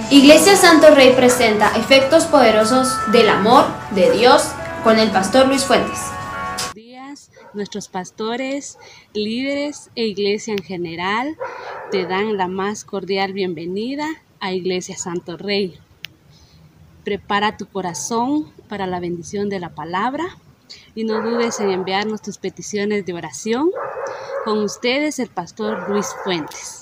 Iglesia Santo Rey presenta efectos poderosos del amor de Dios con el pastor Luis Fuentes. Buenos días, nuestros pastores, líderes e iglesia en general te dan la más cordial bienvenida a Iglesia Santo Rey. Prepara tu corazón para la bendición de la palabra y no dudes en enviarnos tus peticiones de oración. Con ustedes el pastor Luis Fuentes.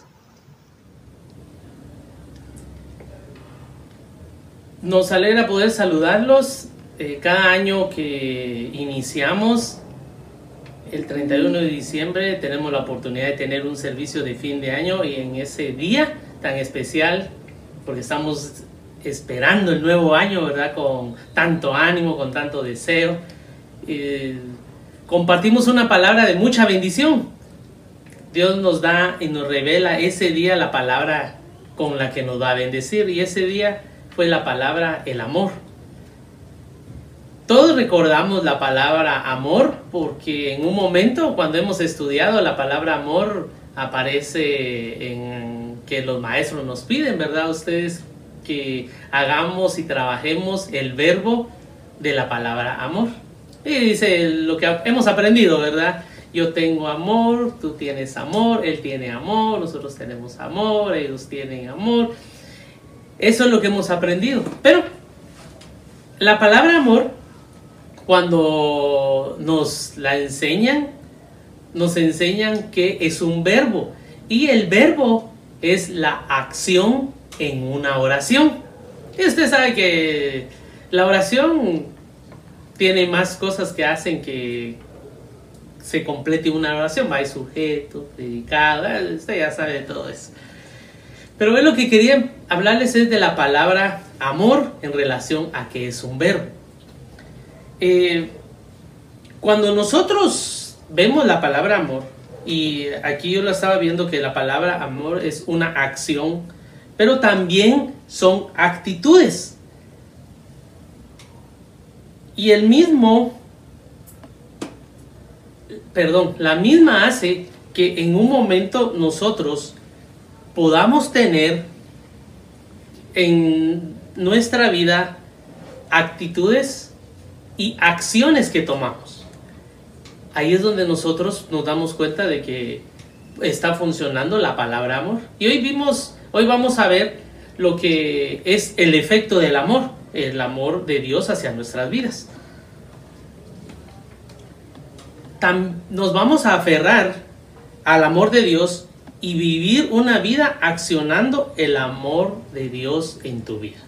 Nos alegra poder saludarlos cada año que iniciamos. El 31 de diciembre tenemos la oportunidad de tener un servicio de fin de año, y en ese día tan especial, porque estamos esperando el nuevo año, ¿verdad? Con tanto ánimo, con tanto deseo. Compartimos una palabra de mucha bendición. Dios nos da y nos revela ese día la palabra con la que nos va a bendecir, y ese día fue la palabra el amor. Todos recordamos la palabra amor porque en un momento, cuando hemos estudiado, la palabra amor aparece en que los maestros nos piden, ¿verdad? Ustedes que hagamos y trabajemos el verbo de la palabra amor. Y dice lo que hemos aprendido, ¿verdad? Yo tengo amor, tú tienes amor, él tiene amor, nosotros tenemos amor, ellos tienen amor. Eso es lo que hemos aprendido. Pero la palabra amor, cuando nos la enseñan, nos enseñan que es un verbo. Y el verbo es la acción en una oración. Y usted sabe que la oración tiene más cosas que hacen que se complete una oración. Hay sujeto, predicado, usted ya sabe de todo eso. Pero lo que quería hablarles es de la palabra amor en relación a que es un verbo. Cuando nosotros vemos la palabra amor, y aquí yo lo estaba viendo que la palabra amor es una acción, pero también son actitudes. Y la misma hace que en un momento nosotros podamos tener en nuestra vida actitudes y acciones que tomamos. Ahí es donde nosotros nos damos cuenta de que está funcionando la palabra amor. Y hoy vamos a ver lo que es el efecto del amor, el amor de Dios hacia nuestras vidas. Nos vamos a aferrar al amor de Dios y vivir una vida accionando el amor de Dios en tu vida.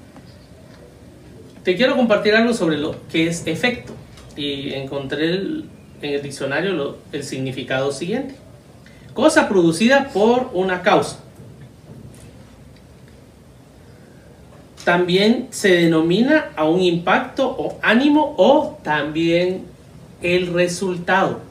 Te quiero compartir algo sobre lo que es efecto, y encontré en el diccionario el significado siguiente: cosa producida por una causa. También se denomina a un impacto o ánimo, o también el resultado.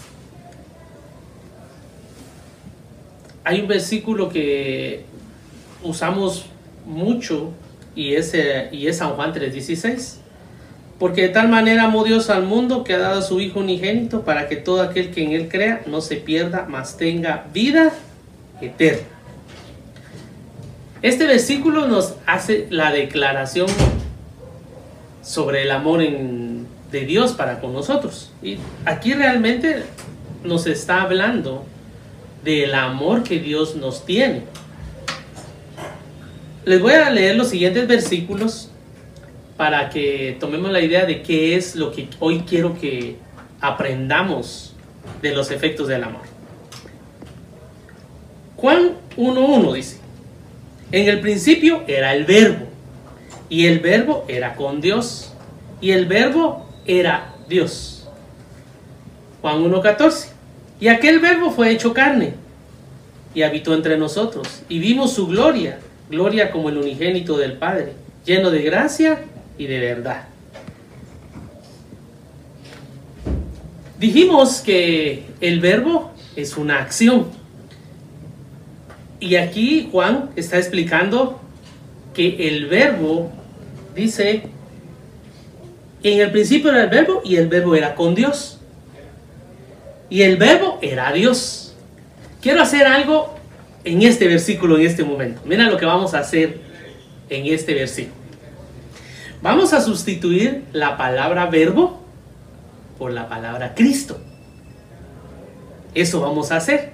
Hay un versículo que usamos mucho y es San Juan 3:16. Porque de tal manera amó Dios al mundo que ha dado a su Hijo unigénito, para que todo aquel que en él crea no se pierda, mas tenga vida eterna. Este versículo nos hace la declaración sobre el amor de Dios para con nosotros. Y aquí realmente nos está hablando del amor que Dios nos tiene. Les voy a leer los siguientes versículos para que tomemos la idea de qué es lo que hoy quiero que aprendamos de los efectos del amor. Juan 1:1 dice: en el principio era el verbo, y el verbo era con Dios, y el verbo era Dios. Juan 1:14: y aquel verbo fue hecho carne y habitó entre nosotros, y vimos su gloria, gloria como el unigénito del Padre, lleno de gracia y de verdad. Dijimos que el verbo es una acción. Y aquí Juan está explicando que el verbo, dice, en el principio era el verbo, y el verbo era con Dios. Y el verbo era Dios. Quiero hacer algo en este versículo, en este momento. Mira lo que vamos a hacer en este versículo. Vamos a sustituir la palabra verbo por la palabra Cristo. Eso vamos a hacer.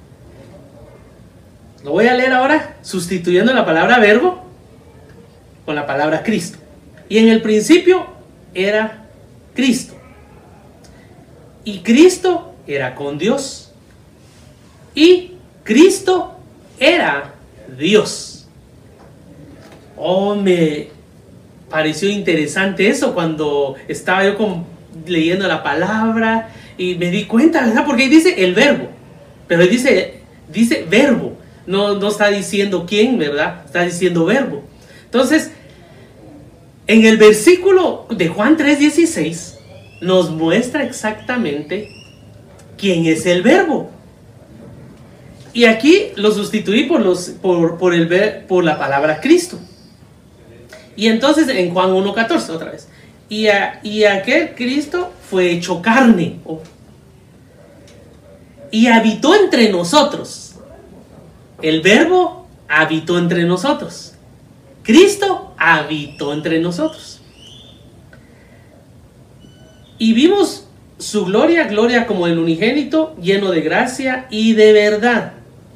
Lo voy a leer ahora sustituyendo la palabra verbo con la palabra Cristo. Y en el principio era Cristo. Y Cristo era con Dios. Y Cristo era Dios. Oh, me pareció interesante eso cuando estaba yo leyendo la palabra y me di cuenta, ¿verdad? Porque ahí dice el verbo, pero ahí dice verbo, no está diciendo quién, ¿verdad? Está diciendo verbo. Entonces, en el versículo de Juan 3:16 nos muestra exactamente quién es el verbo. Y aquí lo sustituí por la palabra Cristo. Y entonces en Juan 1:14 otra vez. Y aquel Cristo fue hecho carne. Y habitó entre nosotros. El verbo habitó entre nosotros. Cristo habitó entre nosotros. Y vimos su gloria, gloria como el unigénito, lleno de gracia y de verdad.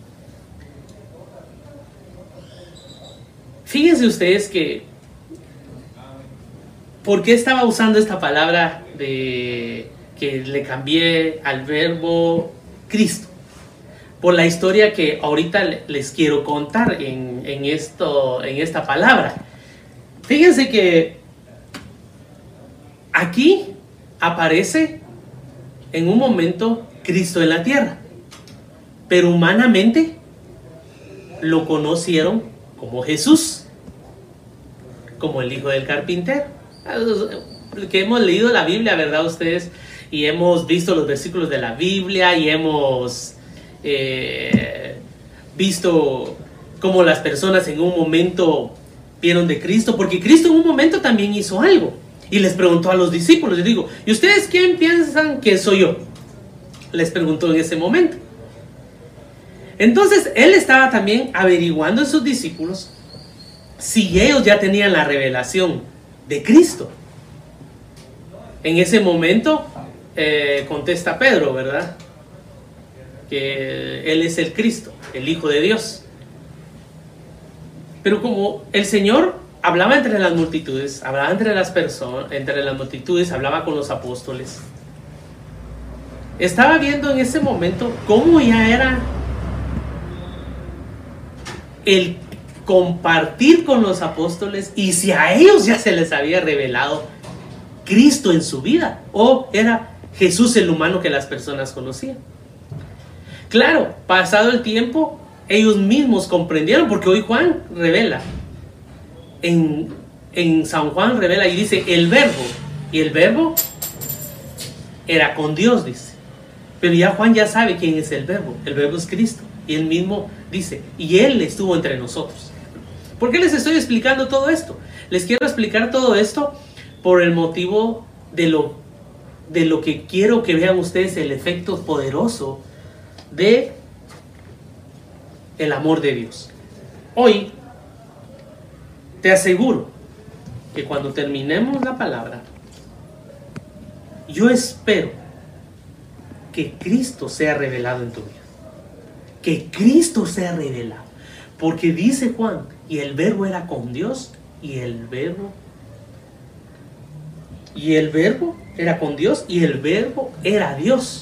Fíjense ustedes que ¿por qué estaba usando esta palabra de que le cambié al verbo Cristo? Por la historia que ahorita les quiero contar en esta palabra. Fíjense que aquí aparece en un momento Cristo en la tierra, pero humanamente lo conocieron como Jesús, como el hijo del carpintero. Que hemos leído la Biblia, ¿verdad ustedes? Y hemos visto los versículos de la Biblia y hemos visto cómo las personas en un momento vieron de Cristo, porque Cristo en un momento también hizo algo y les preguntó a los discípulos, les digo, ¿y ustedes quién piensan que soy yo? Les preguntó en ese momento. Entonces él estaba también averiguando en sus discípulos si ellos ya tenían la revelación de Cristo. En ese momento contesta Pedro, ¿verdad? Que él es el Cristo, el Hijo de Dios. Pero como el Señor hablaba entre las multitudes, hablaba entre las personas, entre las multitudes, hablaba con los apóstoles, estaba viendo en ese momento cómo ya era el compartir con los apóstoles y si a ellos ya se les había revelado Cristo en su vida o era Jesús el humano que las personas conocían. Claro, pasado el tiempo, ellos mismos comprendieron, porque hoy Juan revela, en San Juan revela y dice el verbo, y el verbo era con Dios, dice. Pero ya Juan ya sabe quién es el verbo es Cristo, y él mismo dice, y él estuvo entre nosotros. ¿Por qué les estoy explicando todo esto? Les quiero explicar todo esto por el motivo de lo que quiero que vean ustedes, el efecto poderoso de el amor de Dios. Hoy te aseguro que cuando terminemos la palabra, yo espero que Cristo sea revelado en tu vida, que Cristo sea revelado, porque dice Juan, y el verbo era con Dios, y el verbo era con Dios, y el verbo era Dios.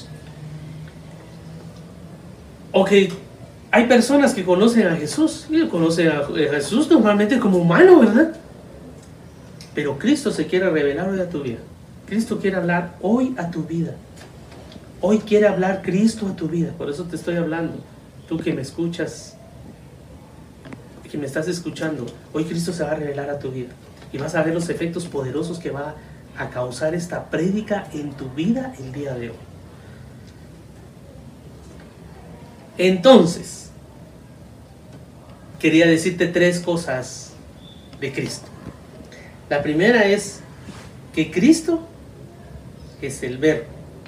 Ok, hay personas que conocen a Jesús, y conocen a Jesús normalmente como humano, ¿verdad? Pero Cristo se quiere revelar hoy a tu vida. Cristo quiere hablar hoy a tu vida. Hoy quiere hablar Cristo a tu vida. Por eso te estoy hablando. Tú que me escuchas, que me estás escuchando, hoy Cristo se va a revelar a tu vida. Y vas a ver los efectos poderosos que va a causar esta prédica en tu vida el día de hoy. Entonces, quería decirte 3 cosas de Cristo. La primera es que Cristo es el verbo,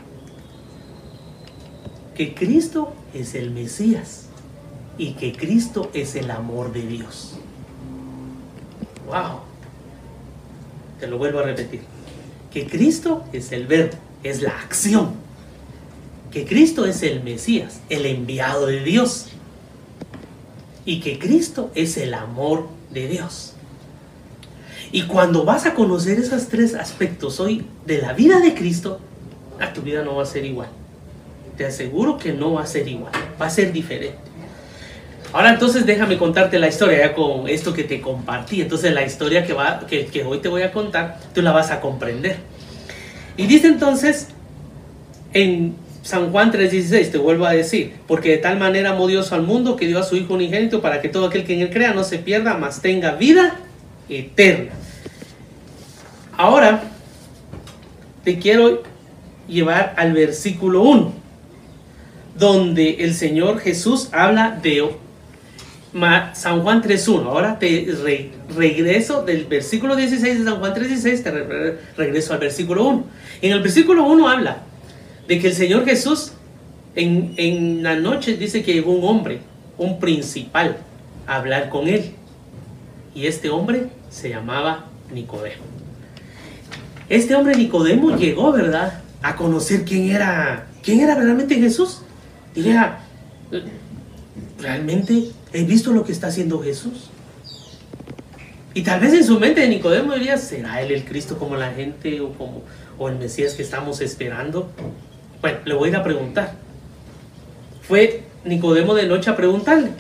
que Cristo es el Mesías y que Cristo es el amor de Dios. Wow. Te lo vuelvo a repetir. Que Cristo es el verbo, es la acción. Que Cristo es el Mesías, el enviado de Dios. Y que Cristo es el amor de Dios. Y cuando vas a conocer esos tres aspectos hoy de la vida de Cristo, tu vida no va a ser igual. Te aseguro que no va a ser igual, va a ser diferente. Ahora entonces déjame contarte la historia ya con esto que te compartí. Entonces la historia que hoy te voy a contar, tú la vas a comprender. Y dice entonces en San Juan 3:16, te vuelvo a decir, porque de tal manera amó Dios al mundo que dio a su Hijo unigénito para que todo aquel que en él crea no se pierda, mas tenga vida eterna. Ahora te quiero llevar al versículo 1, donde el Señor Jesús habla de San Juan 3:1. Ahora te regreso del versículo 16 de San Juan 3:16, te regreso al versículo 1. En el versículo 1 habla de que el Señor Jesús en la noche dice que llegó un hombre, un principal, a hablar con él. Y este hombre se llamaba Nicodemo. Este hombre Nicodemo llegó, ¿verdad?, a conocer quién era realmente Jesús. Diría, ¿realmente he visto lo que está haciendo Jesús? Y tal vez en su mente de Nicodemo diría, ¿será él el Cristo como la gente o el Mesías que estamos esperando? Bueno, le voy a ir a preguntar. Fue Nicodemo de noche a preguntarle.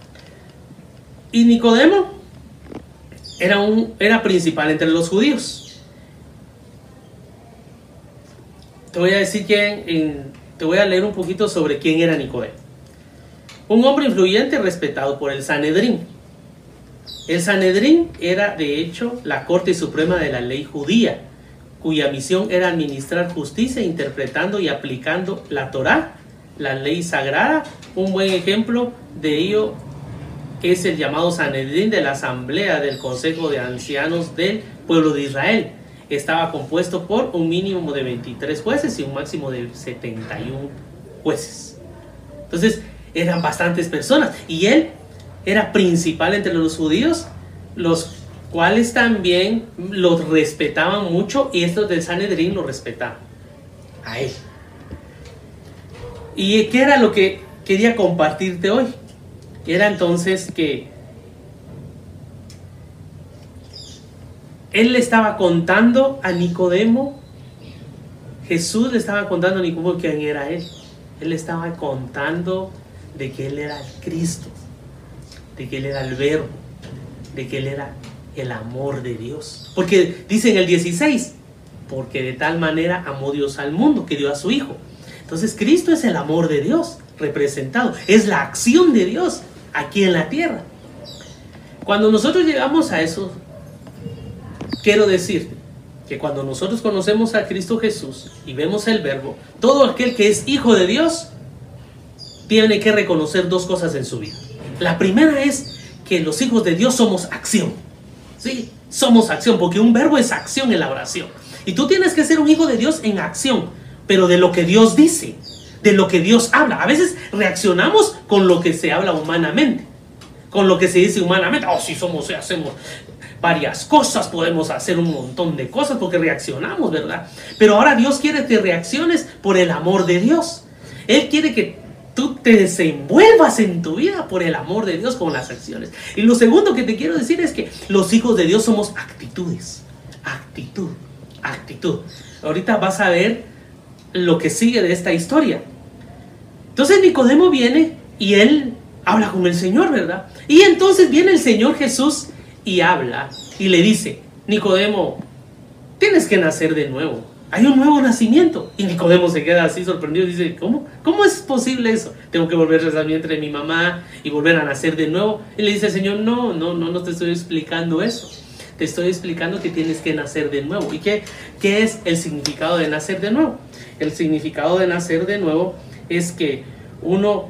Y Nicodemo era principal entre los judíos. Te voy a decir te voy a leer un poquito sobre quién era Nicodemo. Un hombre influyente respetado por el Sanedrín. El Sanedrín era de hecho la corte suprema de la ley judía, cuya misión era administrar justicia interpretando y aplicando la Torá, la ley sagrada. Un buen ejemplo de ello es el llamado Sanedrín de la Asamblea del Consejo de Ancianos del Pueblo de Israel. Estaba compuesto por un mínimo de 23 jueces y un máximo de 71 jueces. Entonces eran bastantes personas y él era principal entre los judíos, los cuales también los respetaban mucho, y estos del Sanedrín lo respetaban a él. ¿Y qué era lo que quería compartirte hoy? Era entonces que él le estaba contando a Nicodemo, Jesús le estaba contando a Nicodemo quién era él. Él le estaba contando de que él era el Cristo, de que él era el Verbo, de que él era el amor de Dios. Porque dice en el 16, porque de tal manera amó Dios al mundo que dio a su Hijo. Entonces Cristo es el amor de Dios representado, es la acción de Dios aquí en la tierra. Cuando nosotros llegamos a eso, quiero decirte que cuando nosotros conocemos a Cristo Jesús y vemos el Verbo, todo aquel que es hijo de Dios tiene que reconocer dos cosas en su vida. La primera es que los hijos de Dios somos acción. Sí, somos acción, porque un verbo es acción en la oración. Y tú tienes que ser un hijo de Dios en acción, pero de lo que Dios dice, de lo que Dios habla. A veces reaccionamos con lo que se habla humanamente, con lo que se dice humanamente. Oh, sí, hacemos varias cosas, podemos hacer un montón de cosas porque reaccionamos, ¿verdad? Pero ahora Dios quiere que reacciones por el amor de Dios. Él quiere que tú te desenvuelvas en tu vida por el amor de Dios con las acciones. Y lo segundo que te quiero decir es que los hijos de Dios somos actitudes. Actitud. Ahorita vas a ver lo que sigue de esta historia. Entonces Nicodemo viene y él habla con el Señor, ¿verdad? Y entonces viene el Señor Jesús y habla y le dice, Nicodemo, tienes que nacer de nuevo. Hay un nuevo nacimiento. Y Nicodemo se queda así sorprendido y dice, ¿Cómo es posible eso? Tengo que volver a salir entre mi mamá y volver a nacer de nuevo. Y le dice el Señor, no te estoy explicando eso. Te estoy explicando que tienes que nacer de nuevo. ¿Y qué es el significado de nacer de nuevo? El significado de nacer de nuevo es que uno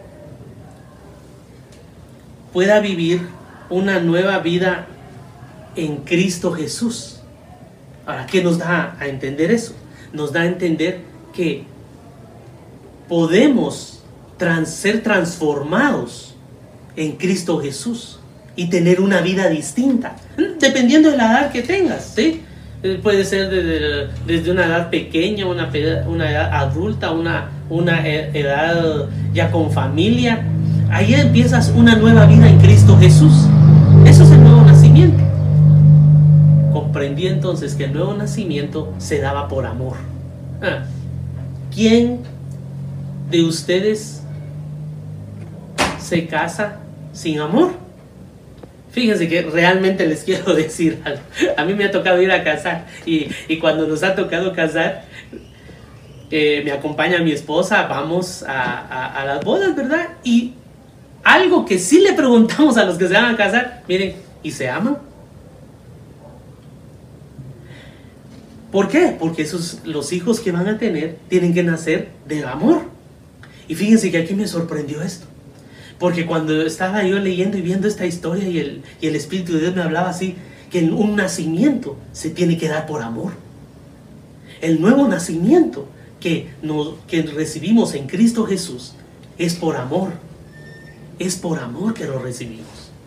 pueda vivir una nueva vida en Cristo Jesús. Ahora, ¿qué nos da a entender eso? Nos da a entender que podemos ser transformados en Cristo Jesús y tener una vida distinta. dependiendo de la edad que tengas, ¿sí? Puede ser desde una edad pequeña, una edad adulta, una edad ya con familia. Ahí empiezas una nueva vida en Cristo Jesús. Eso es el nuevo nacimiento. Comprendí entonces que el nuevo nacimiento se daba por amor. ¿Quién de ustedes se casa sin amor? Fíjense que realmente les quiero decir algo. A mí me ha tocado ir a casar y cuando nos ha tocado casar, me acompaña mi esposa, vamos a las bodas, ¿verdad? Y algo que sí le preguntamos a los que se van a casar, miren, ¿y se aman? ¿Por qué? Porque los hijos que van a tener tienen que nacer de amor. Y fíjense que aquí me sorprendió esto. Porque cuando estaba yo leyendo y viendo esta historia y el Espíritu de Dios me hablaba así, que un nacimiento se tiene que dar por amor. El nuevo nacimiento que recibimos en Cristo Jesús es por amor. Es por amor que lo recibimos.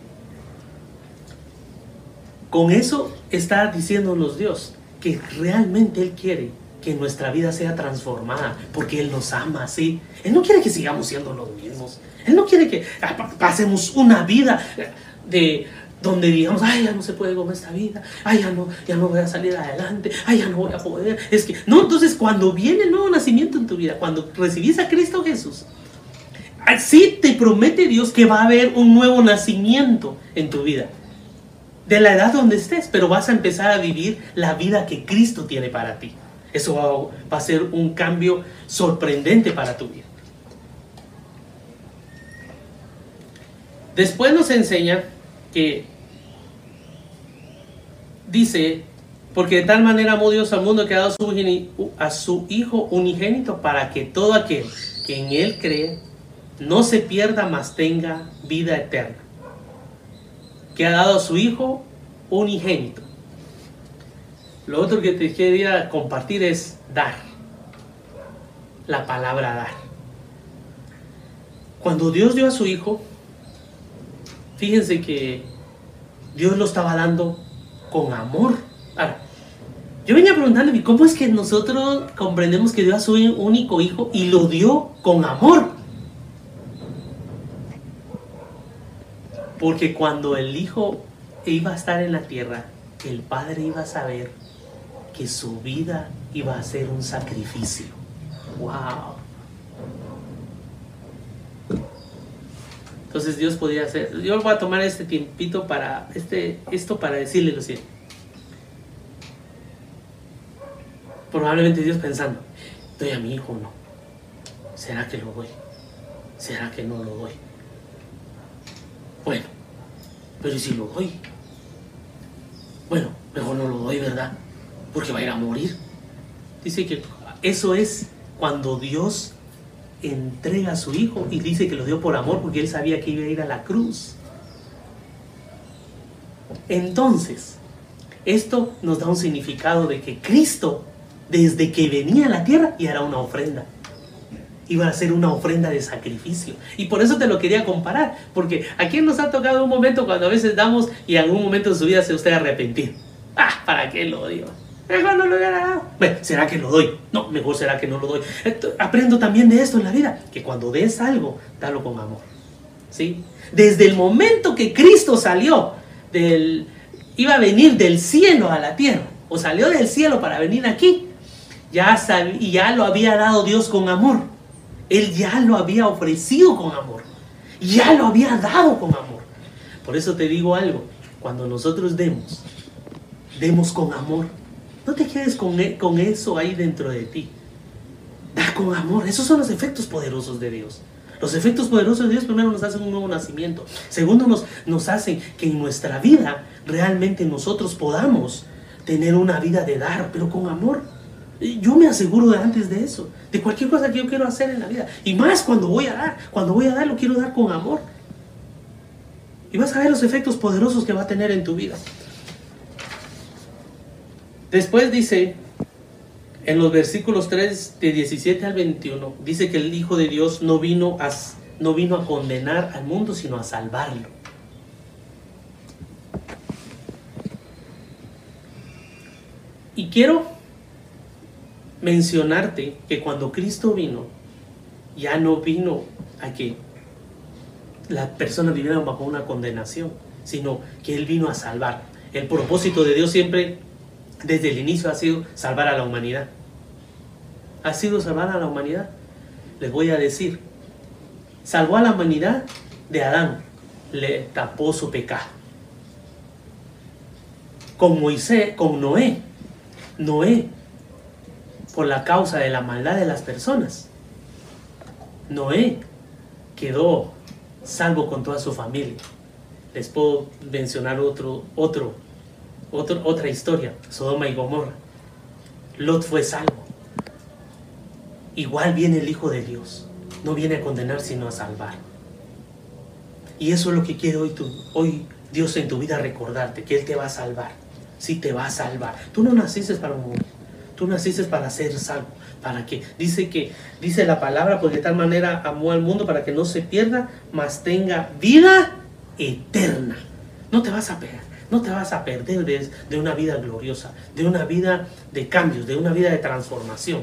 Con eso está diciéndonos Dios que realmente Él quiere que nuestra vida sea transformada porque Él nos ama así. Él no quiere que sigamos siendo los mismos. Él no quiere que pasemos una vida donde digamos, ay, ya no se puede con esta vida, ay, ya no voy a salir adelante, ay, ya no voy a poder. Es que, no, entonces cuando viene el nuevo nacimiento en tu vida, cuando recibís a Cristo Jesús, así te promete Dios que va a haber un nuevo nacimiento en tu vida. De la edad donde estés, pero vas a empezar a vivir la vida que Cristo tiene para ti. Eso va a ser un cambio sorprendente para tu vida. Después nos enseña que dice, porque de tal manera amó Dios al mundo que ha dado a su Hijo unigénito para que todo aquel que en Él cree no se pierda, mas tenga vida eterna. Que ha dado a su Hijo unigénito. Lo otro que te quería compartir es dar. La palabra dar. Cuando Dios dio a su Hijo, fíjense que Dios lo estaba dando con amor. Ahora, yo venía preguntándome, ¿cómo es que nosotros comprendemos que dio a su único Hijo y lo dio con amor? Porque cuando el Hijo iba a estar en la tierra, el Padre iba a saber que su vida iba a ser un sacrificio. ¡Wow! Entonces Dios podía hacer. Yo voy a tomar este tiempito para esto para decirle lo siguiente. Probablemente Dios pensando, ¿doy a mi hijo o no? ¿Será que lo doy? ¿Será que no lo doy? Bueno, pero ¿y si lo doy? Bueno, mejor no lo doy, ¿verdad? Porque va a ir a morir. Dice que eso es cuando Dios entrega a su Hijo y dice que lo dio por amor porque Él sabía que iba a ir a la cruz. Entonces, esto nos da un significado de que Cristo, desde que venía a la tierra, ya era una ofrenda. Iba a ser una ofrenda de sacrificio. Y por eso te lo quería comparar. Porque a quién nos ha tocado un momento cuando a veces damos y en algún momento de su vida se usted arrepentir. ¿Para qué lo dio? Mejor no lo hubiera dado. Bueno, ¿será que lo doy? No, mejor será que no lo doy. Aprendo también de esto en la vida. Que cuando des algo, dalo con amor. ¿Sí? Desde el momento que Cristo salió, iba a venir del cielo a la tierra. O salió del cielo para venir aquí. Y ya lo había dado Dios con amor. Él ya lo había ofrecido con amor. Ya lo había dado con amor. Por eso te digo algo. Cuando nosotros demos con amor. No te quedes con eso ahí dentro de ti. Da con amor. Esos son los efectos poderosos de Dios. Los efectos poderosos de Dios primero nos hacen un nuevo nacimiento. Segundo nos hacen que en nuestra vida realmente nosotros podamos tener una vida de dar, pero con amor. Yo me aseguro de antes de eso, de cualquier cosa que yo quiero hacer en la vida. Y más cuando voy a dar. Cuando voy a dar, lo quiero dar con amor. Y vas a ver los efectos poderosos que va a tener en tu vida. Después dice, en los versículos 3 de 17 al 21, dice que el Hijo de Dios no vino a condenar al mundo, sino a salvarlo. Y quiero mencionarte que cuando Cristo vino, ya no vino a que las personas vivieran bajo una condenación, sino que Él vino a salvar. El propósito de Dios siempre, desde el inicio, ha sido salvar a la humanidad. Ha sido salvar a la humanidad. Les voy a decir, salvó a la humanidad de Adán, le tapó su pecado. Con Moisés, con Noé, por la causa de la maldad de las personas, Noé quedó salvo con toda su familia. Les puedo mencionar otra historia, Sodoma y Gomorra. Lot fue salvo. Igual viene el Hijo de Dios, no viene a condenar sino a salvar. Y eso es lo que quiere hoy Dios en tu vida recordarte, que Él te va a salvar. Sí, te va a salvar. Tú no naciste para morir, tú naciste para ser salvo. ¿Para qué? Dice la palabra, pues de tal manera amó al mundo para que no se pierda, mas tenga vida eterna. No te vas a perder de una vida gloriosa, de una vida de cambios, de una vida de transformación.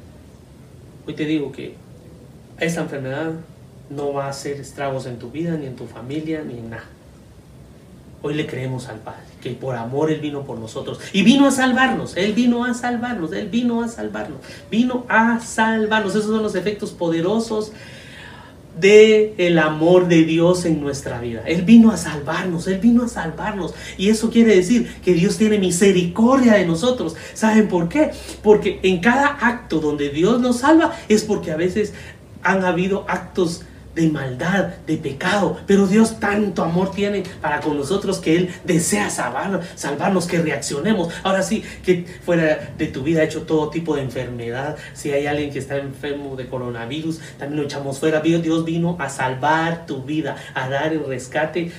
Hoy te digo que esta enfermedad no va a hacer estragos en tu vida, ni en tu familia, ni en nada. Hoy le creemos al Padre, que por amor Él vino por nosotros. Y vino a salvarnos, Él vino a salvarnos, Él vino a salvarnos. Vino a salvarnos. Esos son los efectos poderosos del amor de Dios en nuestra vida. Él vino a salvarnos, Él vino a salvarnos. Y eso quiere decir que Dios tiene misericordia de nosotros. ¿Saben por qué? Porque en cada acto donde Dios nos salva es porque a veces han habido actos de maldad, de pecado, pero Dios tanto amor tiene para con nosotros que Él desea salvarnos, que reaccionemos. Ahora sí, que fuera de tu vida hecho todo tipo de enfermedad. Si hay alguien que está enfermo de coronavirus, también lo echamos fuera. Dios vino a salvar tu vida, a dar el rescate,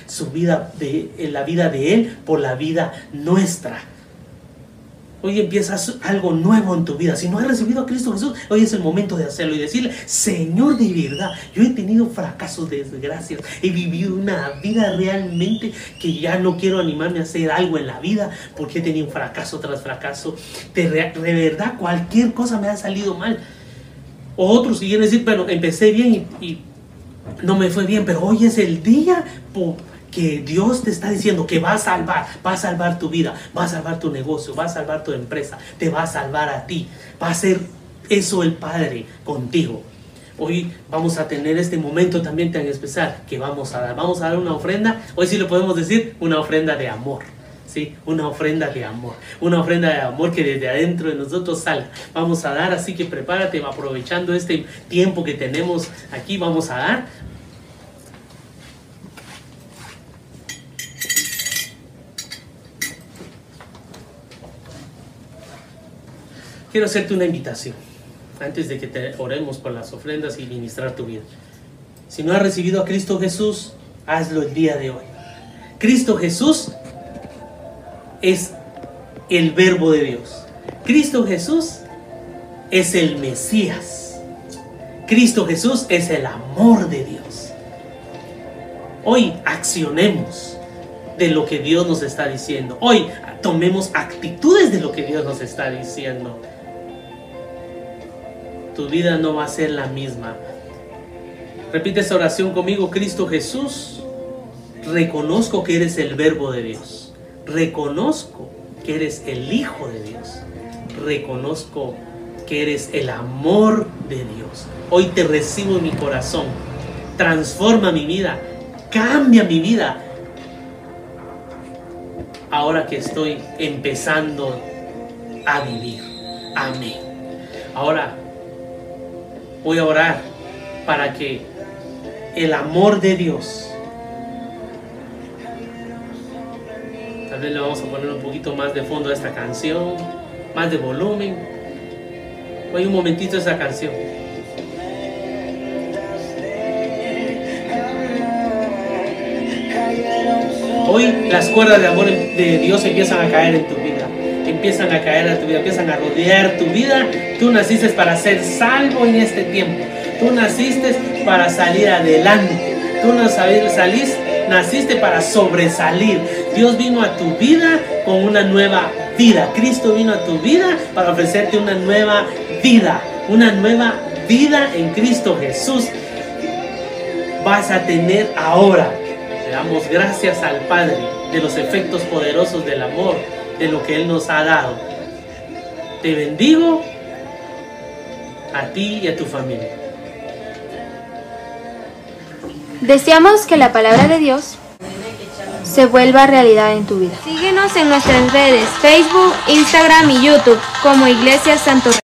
la vida de Él por la vida nuestra. Hoy empiezas algo nuevo en tu vida. Si no has recibido a Cristo Jesús, hoy es el momento de hacerlo y decirle: Señor, de verdad, yo he tenido fracasos, desgracias, he vivido una vida realmente que ya no quiero animarme a hacer algo en la vida porque he tenido fracaso tras fracaso. De verdad, cualquier cosa me ha salido mal. O otros quieren decir: bueno, empecé bien y no me fue bien, pero hoy es el día que Dios te está diciendo que va a salvar tu vida, va a salvar tu negocio, va a salvar tu empresa, te va a salvar a ti, va a hacer eso el Padre contigo. Hoy vamos a tener este momento también tan especial que vamos a dar una ofrenda. Hoy sí lo podemos decir, una ofrenda de amor. Sí, una ofrenda de amor que desde adentro de nosotros salga. Vamos a dar, así que prepárate, aprovechando este tiempo que tenemos aquí, vamos a dar. Quiero hacerte una invitación antes de que oremos por las ofrendas y ministrar tu vida. Si no has recibido a Cristo Jesús, hazlo el día de hoy. Cristo Jesús es el Verbo de Dios. Cristo Jesús es el Mesías. Cristo Jesús es el amor de Dios. Hoy accionemos de lo que Dios nos está diciendo. Hoy tomemos actitudes de lo que Dios nos está diciendo. Tu vida no va a ser la misma. Repite esta oración conmigo. Cristo Jesús, reconozco que eres el Verbo de Dios. Reconozco que eres el Hijo de Dios. Reconozco que eres el amor de Dios. Hoy te recibo en mi corazón. Transforma mi vida. Cambia mi vida. Ahora que estoy empezando a vivir. Amén. Ahora voy a orar para que el amor de Dios, tal vez le vamos a poner un poquito más de fondo a esta canción, más de volumen. Voy un momentito a esa canción. Hoy las cuerdas de amor de Dios empiezan a caer en tu vida. Empiezan a caer en tu vida, empiezan a rodear tu vida. Tú naciste para ser salvo en este tiempo. Tú naciste para salir adelante. Tú naciste para sobresalir. Dios vino a tu vida con una nueva vida. Cristo vino a tu vida para ofrecerte una nueva vida en Cristo Jesús. Vas a tener ahora. Le damos gracias al Padre de los efectos poderosos del amor, de lo que Él nos ha dado. Te bendigo a ti y a tu familia. Deseamos que la palabra de Dios se vuelva realidad en tu vida. Síguenos en nuestras redes, Facebook, Instagram y YouTube como Iglesia Santo Rey.